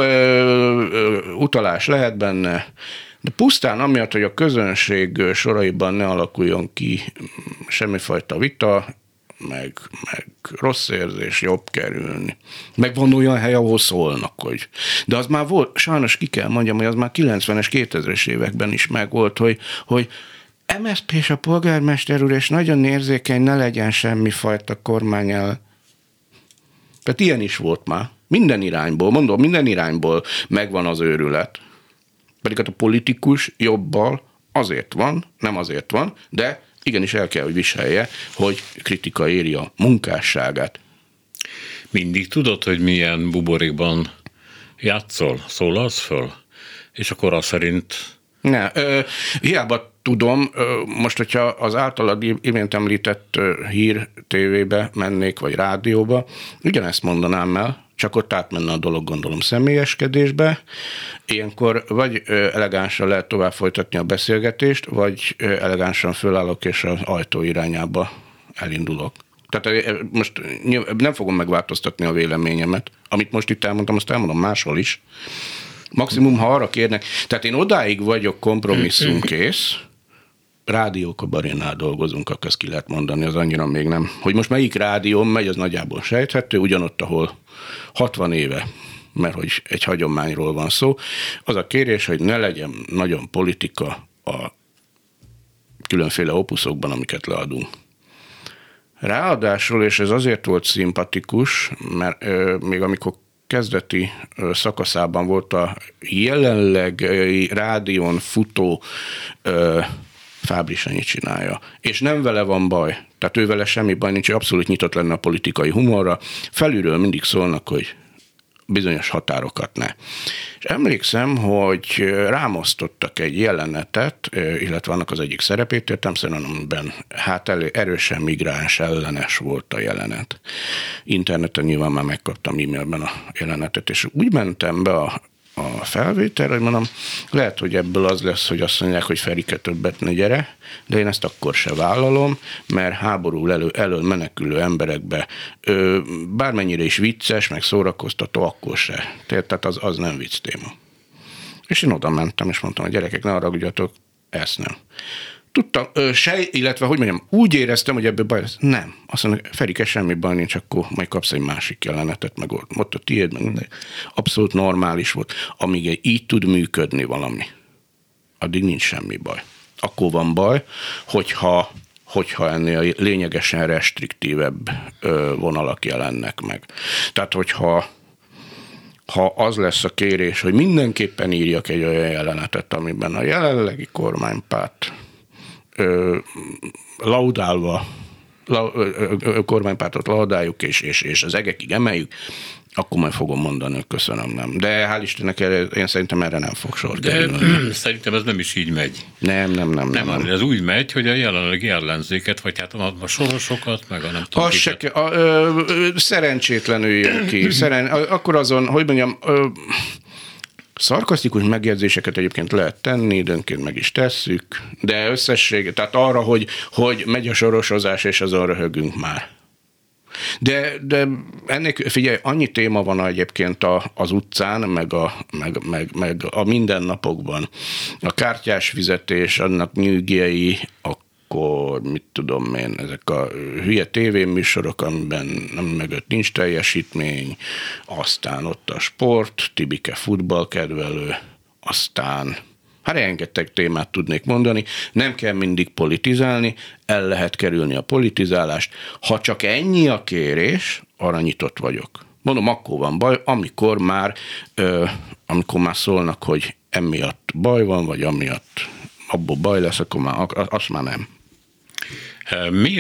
utalás lehet benne, de pusztán amiatt, hogy a közönség soraiban ne alakuljon ki semmifajta vita, meg rossz érzés, jobb kerülni. Meg van olyan hely, ahol szólnak, hogy. De az már volt, sajnos ki kell mondjam, hogy az már 90-es, 2000-es években is megvolt, hogy MSZP és a polgármester úr, és nagyon érzékeny, ne legyen semmifajta kormány el. Tehát ilyen is volt már. Minden irányból megvan az őrület. Pedig hát a politikus jobbal azért van, nem azért van, de igenis el kell, hogy viselje, hogy kritika éri a munkásságát. Mindig tudod, hogy milyen buborékban játszol, szólalsz föl? És akkor az szerint... Hiába tudom, most, hogyha az általad imént említett hír tévébe mennék, vagy rádióba, ugyanezt mondanám el, csak ott átmenne a dolog, gondolom, személyeskedésbe. Ilyenkor vagy elegánsan lehet tovább folytatni a beszélgetést, vagy elegánsan fölállok, és az ajtó irányába elindulok. Tehát most nem fogom megváltoztatni a véleményemet. Amit most itt elmondtam, azt elmondom máshol is. Maximum, ha arra kérnek. Tehát én odáig vagyok kompromisszumkész, rádiókabarénál dolgozunk, akkor ezt ki lehet mondani, az annyira még nem. Hogy most melyik rádión megy, az nagyjából sejthető, ugyanott, ahol 60 éve, mert hogy egy hagyományról van szó. Az a kérés, hogy ne legyen nagyon politika a különféle opuszokban, amiket leadunk. Ráadásul, és ez azért volt szimpatikus, mert még amikor kezdeti szakaszában volt a jelenleg rádión futó Fábri Sanyi csinálja. És nem vele van baj. Tehát ő vele semmi baj nincs, abszolút nyitott lenne a politikai humorra. Felülről mindig szólnak, hogy bizonyos határokat ne. És emlékszem, hogy rámosztottak egy jelenetet, illetve annak az egyik szerepét, értelemszerűen, amiben erősen migráns ellenes volt a jelenet. Interneten nyilván már megkaptam e-mailben a jelenetet, és úgy mentem be a felvételre, hogy mondom, lehet, hogy ebből az lesz, hogy azt mondják, hogy Ferike, többet ne gyere, de én ezt akkor se vállalom, mert háború elől menekülő emberekbe bármennyire is vicces, meg szórakoztató, akkor se. Tehát az nem vicc téma. És én oda mentem, és mondtam, hogy gyerekek, ne haragudjatok, ezt nem. Tudtam, illetve, hogy mondjam, úgy éreztem, hogy ebből baj lesz. Nem. Azt mondom, Ferike, semmi baj nincs, akkor majd kapsz egy másik jelenetet, meg ott a tiéd, meg minden. Abszolút normális volt. Amíg így tud működni valami, addig nincs semmi baj. Akkor van baj, hogyha ennél lényegesen restriktívebb vonalak jelennek meg. Tehát, hogyha az lesz a kérés, hogy mindenképpen írjak egy olyan jelenetet, amiben a jelenlegi kormánypárt kormánypártot laudáljuk, és az egekig emeljük, akkor majd fogom mondani, hogy köszönöm, nem. De hál' Istennek, én szerintem erre nem fog sor kerülni. Szerintem ez nem is így megy. Nem. Ez úgy megy, hogy a jelenlegi ellenzéket, vagy hát a sorosokat, meg a nem tudom szerencsétlenül jön ki. Akkor azon, hogy mondjam, szarkasztikus megjegyzéseket egyébként lehet tenni, időnként meg is tesszük, de összessége, tehát arra, hogy megy a sorosozás, és azon röhögünk már. De ennek, figyelj, annyi téma van egyébként az utcán, meg a mindennapokban. A kártyás fizetés, annak nyűgjei, akkor mit tudom én, ezek a hülye tévéműsorok, amiben nem mögött nincs teljesítmény, aztán ott a sport, Tibike futballkedvelő, aztán rengeteg témát tudnék mondani, nem kell mindig politizálni, el lehet kerülni a politizálást. Ha csak ennyi a kérés, arra nyitott vagyok. Mondom, akkor van baj, amikor már szólnak, hogy emiatt baj van, vagy amiatt abból baj lesz, akkor már, azt már nem. Mi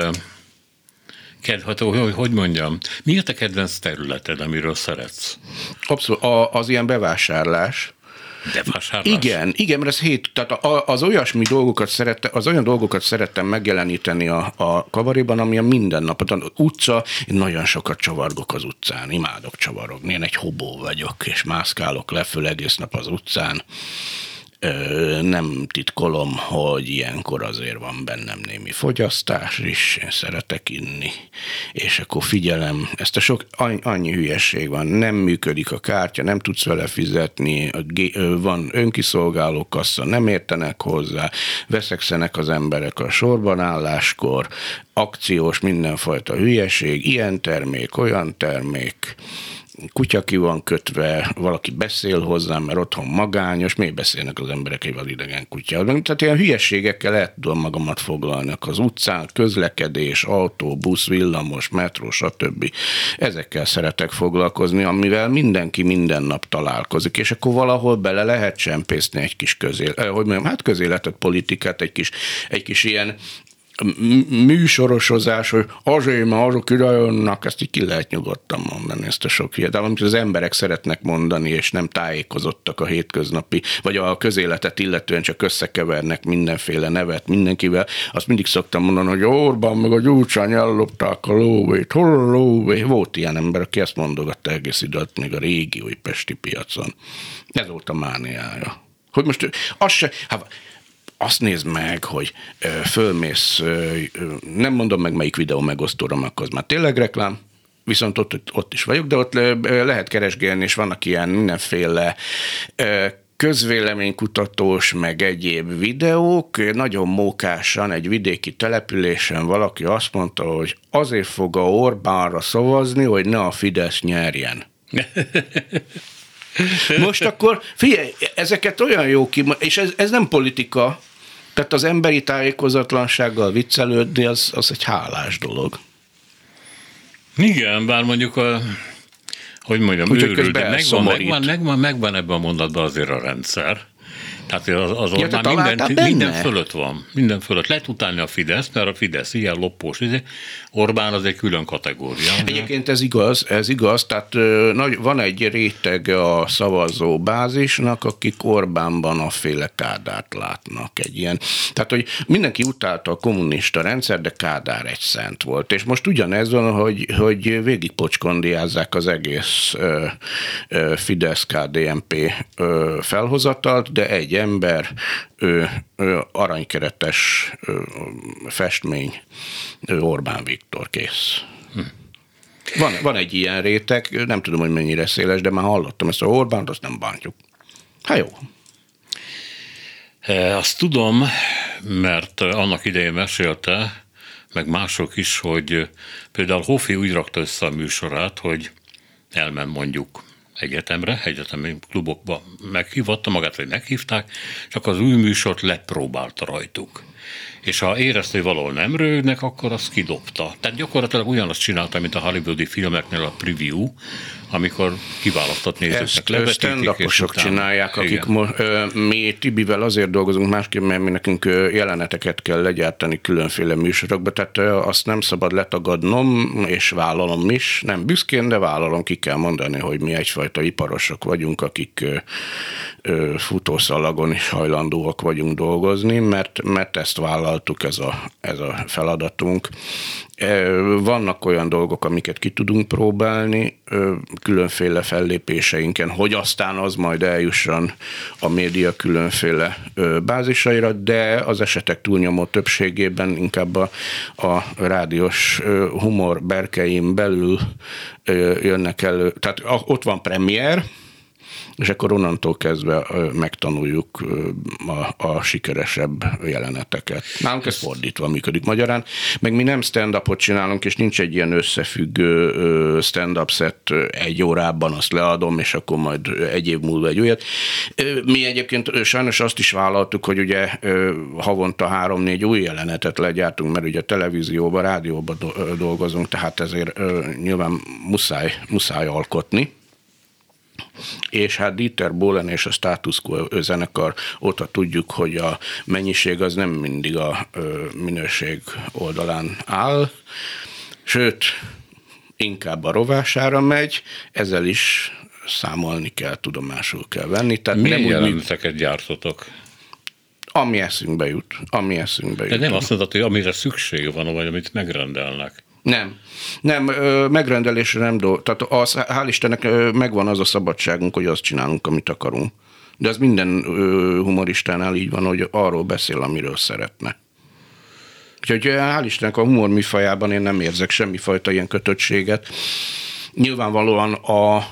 hogy mondjam, mi a te kedvenc területed, amiről szeretsz? Abszolút, az ilyen bevásárlás. Bevásárlás? Igen, mert ez tehát az olyan dolgokat szerettem megjeleníteni a kabaréban, ami a mindennap. Az utca, én nagyon sokat csavargok az utcán, imádok csavarogni, én egy hobó vagyok, és mászkálok le egész nap az utcán. Nem titkolom, hogy ilyenkor azért van bennem némi fogyasztás is, én szeretek inni, és akkor figyelem, ezt a sok, annyi hülyesség van, nem működik a kártya, nem tudsz vele fizetni, van önkiszolgáló kassa, nem értenek hozzá, veszekszenek az emberek a sorban álláskor, akciós mindenfajta hülyeség, ilyen termék, olyan termék, kutya ki van kötve, valaki beszél hozzám, mert otthon magányos, miért beszélnek az emberek egy vadidegen kutyával? Tehát ilyen hülyességekkel el tudom magamat foglalni az utcán, közlekedés, autó, busz, villamos, metró, stb. Ezekkel szeretek foglalkozni, amivel mindenki minden nap találkozik, és akkor valahol bele lehet csempészni egy kis közéletet, politikát, egy kis ilyen műsorosozás, hogy azért, mert azok ide jönnek, ezt így ki lehet nyugodtan mondani, ezt a sok hülyet. De amit az emberek szeretnek mondani, és nem tájékozottak a hétköznapi, vagy a közéletet illetően csak összekevernek mindenféle nevet mindenkivel, azt mindig szoktam mondani, hogy Orbán meg a Gyurcsány ellopták a lóvét, hol a lóvé? Volt ilyen ember, aki ezt mondogatta egész időt, még a régi újpesti piacon. Ez volt a mániája. Hogy most azt nézd meg, hogy fölmész, nem mondom meg melyik videó megosztóra, akkor az már tényleg reklám, viszont ott is vagyok, de ott lehet keresgélni, és vannak ilyen mindenféle közvéleménykutatós, meg egyéb videók. Nagyon mókásan egy vidéki településen valaki azt mondta, hogy azért fog a Orbánra szavazni, hogy ne a Fidesz nyerjen. Most akkor figyelj, ezeket olyan jó és ez nem politika, tehát az emberi tájékozatlansággal viccelődni, az egy hálás dolog. Igen, bár mondjuk hogy mondjam, őrül, de megvan ebben a mondatban azért a rendszer. Tehát azon már minden fölött van. Minden fölött. Lehet utálni a Fidesz, mert a Fidesz ilyen loppós. Orbán az egy külön kategória. Egyébként ez igaz. Tehát van egy réteg a szavazó bázisnak, akik Orbánban a féle Kádárt látnak. Egy ilyen. Tehát, hogy mindenki utálta a kommunista rendszer, de Kádár egy szent volt. És most ugyanez van, hogy végig pocskondiázzák az egész Fidesz-KDNP felhozatalt, de egy ember, aranykeretes festmény, Orbán Viktor, kész. Van egy ilyen réteg, nem tudom, hogy mennyire széles, de már hallottam ezt a Orbánt, azt nem bántjuk. Hát jó. Azt tudom, mert annak idején mesélte, meg mások is, hogy például Hofi úgy rakta össze a műsorát, hogy elment mondjuk egyetemi klubokba meghívatta magát, vagy meghívták, csak az új műsort lepróbálta rajtuk. És ha érezte, hogy valahol nem rögnek, akkor azt kidobta. Tehát gyakorlatilag ugyanazt csinálta, mint a hollywoodi filmeknél a preview, amikor kiválasztott nézőknek levetítik. Ezt stand-uposok csinálják, akik mi Tibivel azért dolgozunk másképp, mert mi nekünk jeleneteket kell legyártani különféle műsorokba, tehát azt nem szabad letagadnom, és vállalom is, nem büszkén, de vállalom, ki kell mondani, hogy mi egyfajta iparosok vagyunk, akik futószalagon is hajlandóak vagyunk dolgozni, mert ezt vállaltuk, ez a feladatunk. Vannak olyan dolgok, amiket ki tudunk próbálni különféle fellépéseinken, hogy aztán az majd eljusson a média különféle bázisaira, de az esetek túlnyomó többségében inkább a rádiós humor berkein belül jönnek elő. Tehát ott van premier, és akkor onnantól kezdve megtanuljuk a sikeresebb jeleneteket. Nálunk ez fordítva működik magyarán, meg mi nem stand-upot csinálunk, és nincs egy ilyen összefüggő stand-up set egy órában, azt leadom, és akkor majd egy év múlva egy újat. Mi egyébként sajnos azt is vállaltuk, hogy ugye havonta 3-4 új jelenetet legyártunk, mert ugye televízióban, rádióban dolgozunk, tehát ezért nyilván muszáj alkotni. És hát Dieter Bohlen és a Status Quo zenekar óta tudjuk, hogy a mennyiség az nem mindig a minőség oldalán áll, sőt, inkább a rovására megy, ezzel is számolni kell, tudomásul kell venni. Tehát milyen jeleneteket gyártotok? Ami eszünkbe jut. De nem azt mondod, hogy amire szükség van, vagy amit megrendelnek. Nem, megrendelésre nem tehát hál' Istennek megvan az a szabadságunk, hogy azt csinálunk, amit akarunk. De ez minden humoristánál így van, hogy arról beszél, amiről szeretne. Úgyhogy hál' Istennek a humor műfajában én nem érzek semmifajta ilyen kötöttséget. Nyilvánvalóan a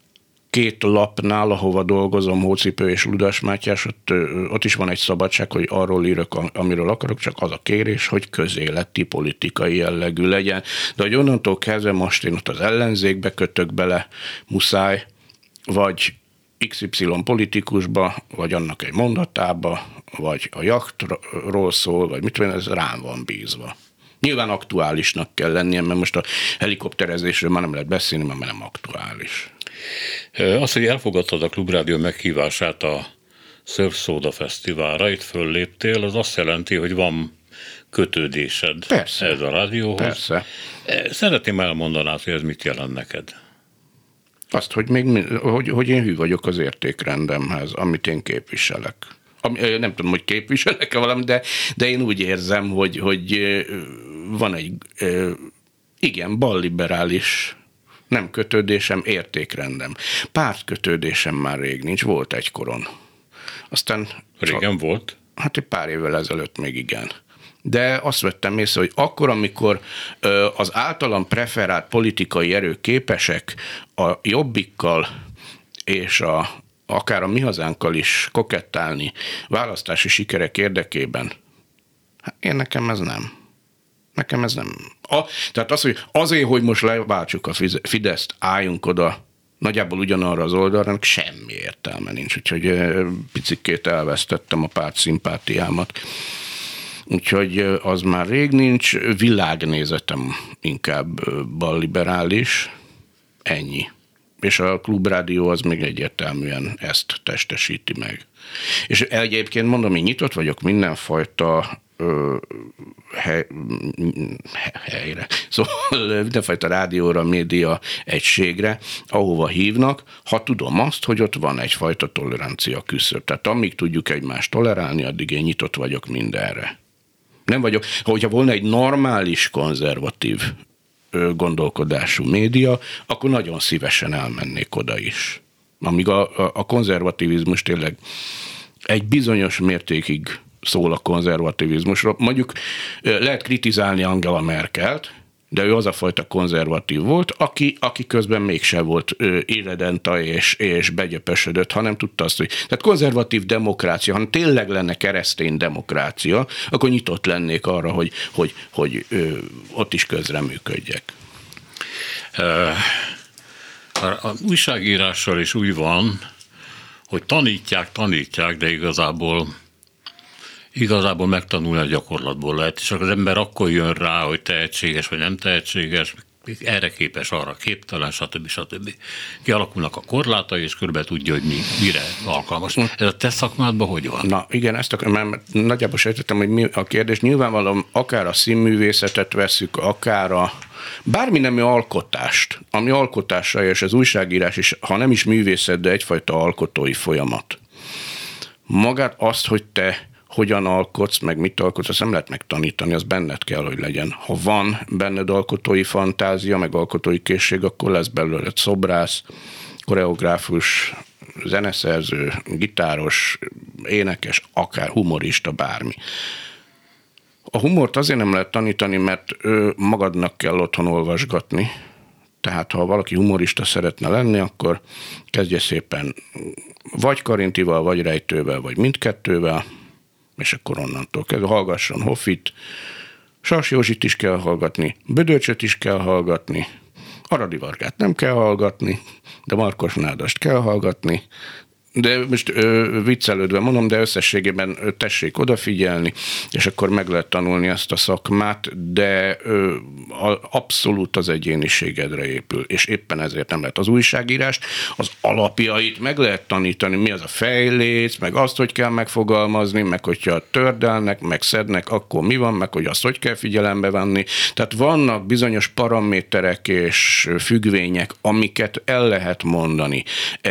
2 lapnál, ahova dolgozom, Hócipő és Ludas Mátyás, ott is van egy szabadság, hogy arról írok, amiről akarok, csak az a kérés, hogy közéleti, politikai jellegű legyen. De hogy onnantól kezdve most én ott az ellenzékbe kötök bele, muszáj, vagy XY politikusba, vagy annak egy mondatába, vagy a jachtról szól, vagy mit tudom, ez rám van bízva. Nyilván aktuálisnak kell lennie, mert most a helikopterezésről már nem lehet beszélni, mert nem aktuális. Az, hogy elfogadtad a Klubrádió meghívását a Surf Soda Fesztiválra, itt fölléptél, az azt jelenti, hogy van kötődésed ez a rádióhoz. Persze. Szeretném elmondanád, hogy ez mit jelent neked? Azt, hogy én hű vagyok az értékrendemhez, amit én képviselek. Nem tudom, hogy képviselek-e valami, de én úgy érzem, hogy van egy igen, balliberális nem kötődésem, értékrendem. Pártkötődésem már rég nincs, volt egykoron. Aztán régen volt? Hát egy pár évvel ezelőtt még igen. De azt vettem észre, hogy akkor, amikor az általam preferált politikai erők képesek a Jobbikkal és akár a Mi Hazánkkal is kokettálni választási sikerek érdekében, hát nekem ez nem. Tehát az, hogy azért, hogy most leváltsuk a Fideszt, álljunk oda, nagyjából ugyanarra az oldalra, semmi értelme nincs. Úgyhogy picikét elvesztettem a párt szimpátiámat. Úgyhogy az már rég nincs, világnézetem inkább balliberális, ennyi. És a Klubrádió az még egyértelműen ezt testesíti meg. És egyébként mondom, én nyitott vagyok mindenfajta helyre. Szóval mindenfajta rádióra, média egységre, ahova hívnak, ha tudom azt, hogy ott van egyfajta tolerancia küszöb. Tehát amíg tudjuk egymást tolerálni, addig én nyitott vagyok mindenre. Nem vagyok, hogyha volna egy normális, konzervatív gondolkodású média, akkor nagyon szívesen elmennék oda is. Amíg a konzervativizmus tényleg egy bizonyos mértékig szól a konzervativizmusról. Mondjuk lehet kritizálni Angela Merkelt, de ő az a fajta konzervatív volt, aki közben mégse volt irredenta és begyöpösödött, hanem tudta azt, hogy tehát konzervatív demokrácia, hanem tényleg lenne keresztény demokrácia, akkor nyitott lennék arra, hogy ott is közreműködjek. A újságírással is úgy van, hogy tanítják, de igazából megtanulni a gyakorlatból lehet, és az ember akkor jön rá, hogy tehetséges vagy nem tehetséges, erre képes, arra képtelen, stb. Kialakulnak a korlátai, és körbe tudja, hogy mire alkalmas. Ez a te szakmádban hogy van? Na igen, mert nagyjából sejtettem, hogy mi a kérdés. Nyilvánvalóan akár a színművészetet veszük, akár bármi nemű alkotást, ami alkotásra, és az újságírás is, ha nem is művészet, de egyfajta alkotói folyamat. Magát azt, hogy te hogyan alkotsz, meg mit alkotsz, azt nem lehet megtanítani, az benned kell, hogy legyen. Ha van benned alkotói fantázia, meg alkotói készség, akkor lesz belőle szobrász, koreográfus, zeneszerző, gitáros, énekes, akár humorista, bármi. A humort azért nem lehet tanítani, mert magadnak kell otthon olvasgatni, Tehát ha valaki humorista szeretne lenni, akkor kezdje szépen vagy Karintival, vagy Rejtővel, vagy mindkettővel, és akkor onnantól kezdve hallgasson Hoffit, Sas Józsit is kell hallgatni, Bödöcsöt is kell hallgatni, Aradi Vargát nem kell hallgatni, de Markos Nádast kell hallgatni, de most viccelődve mondom, de összességében tessék odafigyelni, és akkor meg lehet tanulni ezt a szakmát, de abszolút az egyéniségedre épül, és éppen ezért nem lehet az újságírást, az alapjait meg lehet tanítani, mi az a fejléc, meg azt, hogy kell megfogalmazni, meg hogyha tördelnek, meg szednek, akkor mi van, meg hogy azt hogy kell figyelembe venni. Tehát vannak bizonyos paraméterek és függvények, amiket el lehet mondani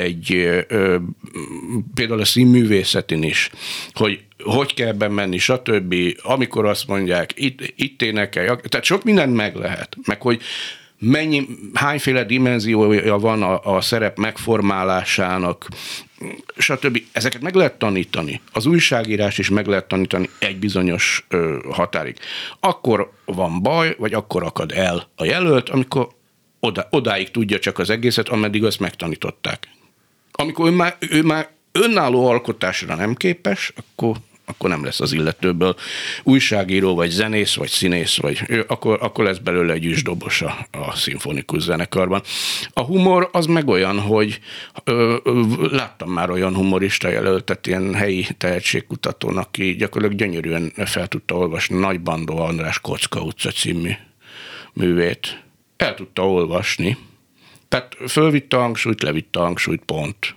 például a színművészetin is, hogy kell bemenni, stb. Amikor azt mondják, itt énekelj, tehát sok mindent meg lehet, meg hogy hányféle dimenziója van a szerep megformálásának, stb. Ezeket meg lehet tanítani. Az újságírás is meg lehet tanítani egy bizonyos határig. Akkor van baj, vagy akkor akad el a jelölt, amikor odáig tudja csak az egészet, ameddig azt megtanították. Amikor ő már önálló alkotásra nem képes, akkor nem lesz az illetőből újságíró, vagy zenész, vagy színész, vagy akkor lesz belőle egy üsdobos a szimfonikus zenekarban. A humor az meg olyan, hogy láttam már olyan humorista jelöltet, ilyen helyi tehetségkutatón, aki gyakorlatilag gyönyörűen fel tudta olvasni Nagy Bandó András Kocka utca című művét. El tudta olvasni. Tehát fölvitte a hangsúlyt, levitte a hangsúlyt, pont.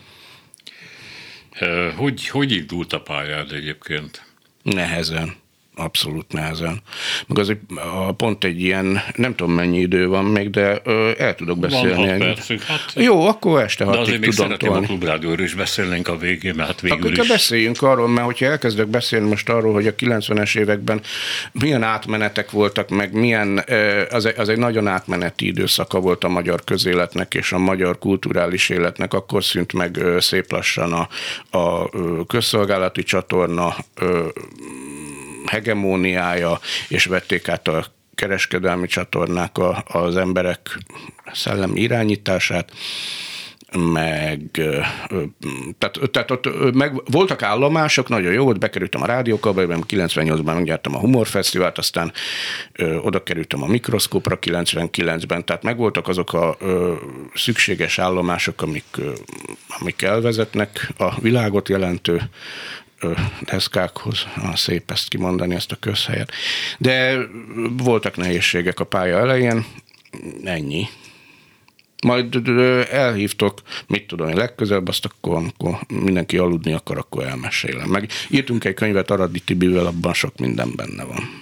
Hogy indult a pályád egyébként? Nehezen. Abszolút nehezen. Meg azért pont egy ilyen, nem tudom mennyi idő van még, de el tudok beszélni. Van 6 percünk. Hát, jó, akkor este 6-ig tudom tolni. De azért még szeretném a Klubrádióról is beszélnénk a végén, mert hát végül akkor is... beszéljünk arról, mert hogyha elkezdek beszélni most arról, hogy a 90-es években milyen átmenetek voltak, meg milyen, az egy nagyon átmeneti időszaka volt a magyar közéletnek és a magyar kulturális életnek, akkor szűnt meg szép lassan a közszolgálati csatorna hegemóniája, és vették át a kereskedelmi csatornák az emberek szellemi irányítását, tehát ott voltak állomások, nagyon jó volt, bekerültem a Rádiókabaréba, 98-ban megnyertem a Humorfesztivált, aztán oda kerültem a Mikroszkópra 99-ben, tehát megvoltak azok a szükséges állomások, amik elvezetnek a világot jelentő deszkákhoz, szép ezt kimondani, ezt a közhelyet. De voltak nehézségek a pálya elején, ennyi. Majd elhívtok, mit tudom én, legközelebb, azt akkor mindenki aludni akar, akkor elmesélem. Meg írtunk egy könyvet Aradi Tibivel, abban sok minden benne van.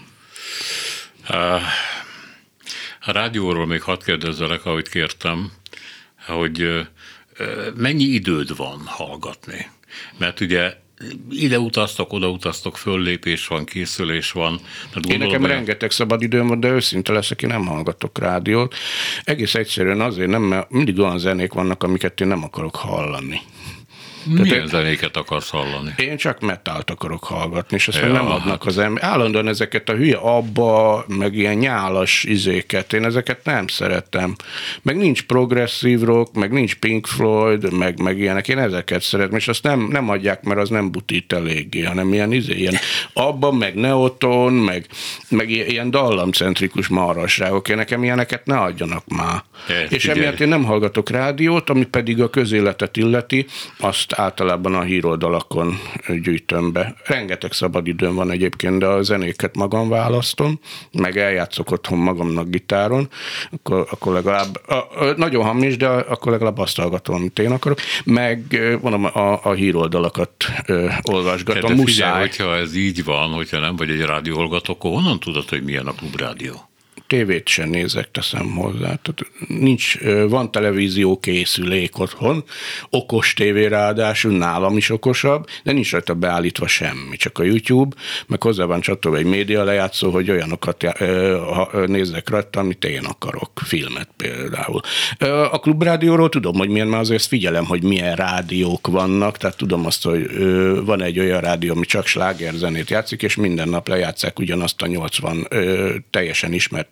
A rádióról még hadd kérdezzelek, ahogy kértem, hogy mennyi időd van hallgatni? Mert ugye ide utaztok, oda utaztok, föllépés van, készülés van. Én nekem rengeteg szabad időm van, de őszinte leszek, én nem hallgatok rádiót. Egész egyszerűen azért nem, mert mindig olyan zenék vannak, amiket én nem akarok hallani. Milyen zenéket akarsz hallani? Én csak metált akarok hallgatni, és azt nem adnak az ember. Állandóan ezeket a hülye abba, meg ilyen nyálas izéket, én ezeket nem szeretem. Meg nincs progresszív rock, meg nincs Pink Floyd, meg ilyenek, én ezeket szeretem, és azt nem adják, mert az nem butít eléggé, hanem ilyen abba, meg neoton, meg ilyen dallamcentrikus marhasságok. Én nekem ilyeneket ne adjanak már. És emiatt én nem hallgatok rádiót, ami pedig a közéletet illeti, azt általában a híroldalakon gyűjtöm be. Rengeteg szabadidőm van egyébként, de a zenéket magam választom, meg eljátszok otthon magamnak gitáron, akkor legalább, nagyon hamis, de akkor legalább azt hallgatom, amit én akarok, meg mondom, a híroldalakat olvasgatom, muszáj. Figyelj, hogyha ez így van, hogyha nem vagy egy rádióhallgató, akkor honnan tudod, hogy milyen a Klubrádió? Tévét sem nézek, teszem hozzá. Tehát van televízió készülék otthon, okos tévé ráadásul, nálam is okosabb, de nincs rajta beállítva semmi, csak a YouTube, meg hozzá van csatolva egy média lejátszó, hogy olyanokat nézzek rajta, amit én akarok, filmet például. A Klubrádióról tudom, hogy milyen, mert azért figyelem, hogy milyen rádiók vannak, tehát tudom azt, hogy van egy olyan rádió, ami csak slágerzenét játszik, és minden nap lejátszák ugyanazt a 80 teljesen ismert és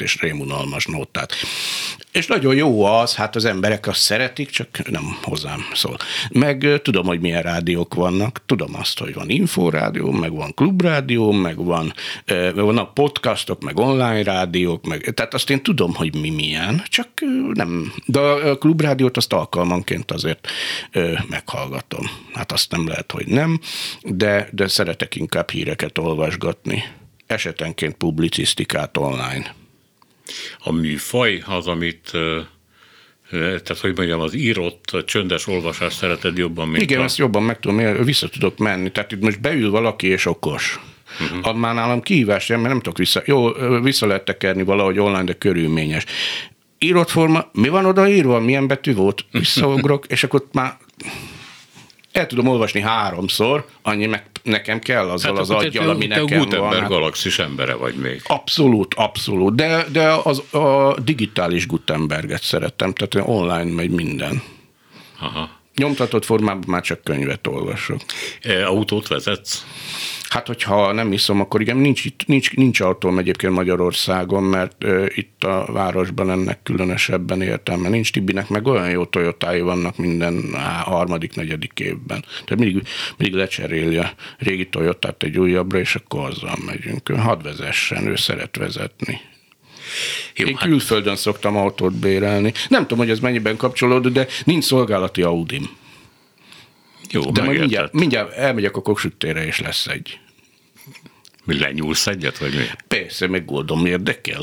és rémunalmas nótát. És nagyon jó az, hát az emberek azt szeretik, csak nem hozzám szól. Meg tudom, hogy milyen rádiók vannak, tudom azt, hogy van inforádió, meg van klubrádió, meg vannak podcastok, meg online rádiók, tehát azt én tudom, hogy mi milyen, csak nem. De a klubrádiót azt alkalmanként azért meghallgatom. Hát azt nem lehet, hogy nem, de szeretek inkább híreket olvasgatni. Esetenként publicisztikát online. A műfaj az, amit, tehát hogy mondjam, az írott, csöndes olvasást szereted jobban, mint igen, ezt jobban meg tudom, vissza tudok menni. Tehát itt most beül valaki és okos. Ad már nálam kihívás, mert nem tudok vissza lehet tekerni valahogy online, de körülményes. Írott forma, mi van odaírva, milyen betű volt, visszaugrok, és akkor már el tudom olvasni 3-szor, annyi meg nekem kell azzal az aggyal, ami nekem van. Te a Gutenberg galaxis embere vagy még. Abszolút. De a digitális Gutenberget szerettem, tehát online megy minden. Aha. Nyomtatott formában már csak könyvet olvasok. Autót vezetsz? Hát, hogyha nem iszom, akkor igen, nincs autóm egyébként Magyarországon, mert itt a városban ennek különösebben értelme nincs. Tibinek meg olyan jó Toyotái vannak minden 3.-4. évben. Tehát mindig lecseréli a régi Toyotát egy újabbra, és akkor azzal megyünk. Hadd vezessen, ő szeret vezetni. Jó, én külföldön szoktam autót bérelni. Nem tudom, hogy ez mennyiben kapcsolódó, de nincs szolgálati Audim. Jó, de mindjárt elmegyek a Kossuth térre, és lesz egy. Mi lenyúlsz egyet, vagy mi? Persze, meg Goldom érdekel.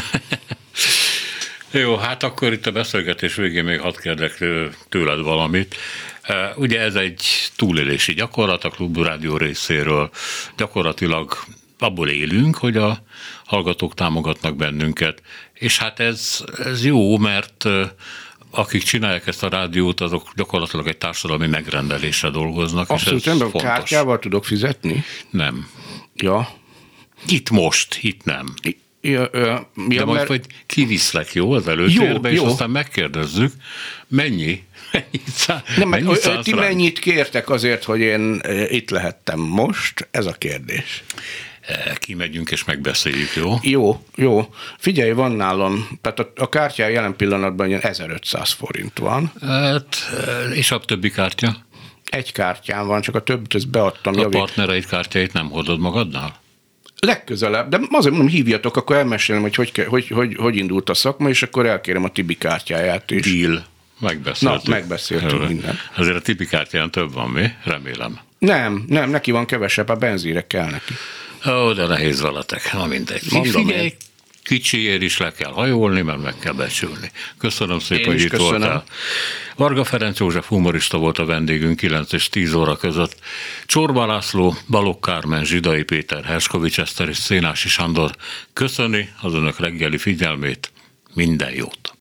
Jó, hát akkor itt a beszélgetés végén még hadd kérdek tőled valamit. Ugye ez egy túlélési gyakorlat a Klubrádió részéről. Gyakorlatilag abból élünk, hogy a hallgatók támogatnak bennünket. És hát ez jó, mert akik csinálják ezt a rádiót, azok gyakorlatilag egy társadalmi megrendelésre dolgoznak. Abszolút, ember, kártyával tudok fizetni? Nem. Ja. Itt nem. De majd, hogy kiviszlek, jó, az előtérbe, és aztán megkérdezzük, mennyi ti mennyit kértek azért, hogy én itt lehettem most? Ez a kérdés. Kimegyünk és megbeszéljük, jó? Jó. Figyelj, van nálam, tehát a kártyán jelen pillanatban ilyen 1500 forint van. Hát, és a többi kártya? Egy kártyán van, csak a többit ezt beadtam. A partnereid kártyáit nem hordod magadnál? Legközelebb, de azért mondom, hívjatok, akkor elmesélem, hogy indult a szakma, és akkor elkérem a Tibi kártyáját is. Deal. Megbeszéltünk mindent. Azért a Tibi kártyán több van, mi? Remélem. Nem, neki van kevesebb, a benzínre kell neki. Ó, de nehéz veletek. Na mindegy. Figyelj, kicsiért is le kell hajolni, mert meg kell becsülni. Köszönöm szépen, hogy itt voltál. Varga Ferenc József humorista volt a vendégünk 9 és 10 óra között. Csorba László, Balogh Kármen, Zsidai Péter, Herskovics Eszter és Szénási Sándor köszöni az önök reggeli figyelmét. Minden jót!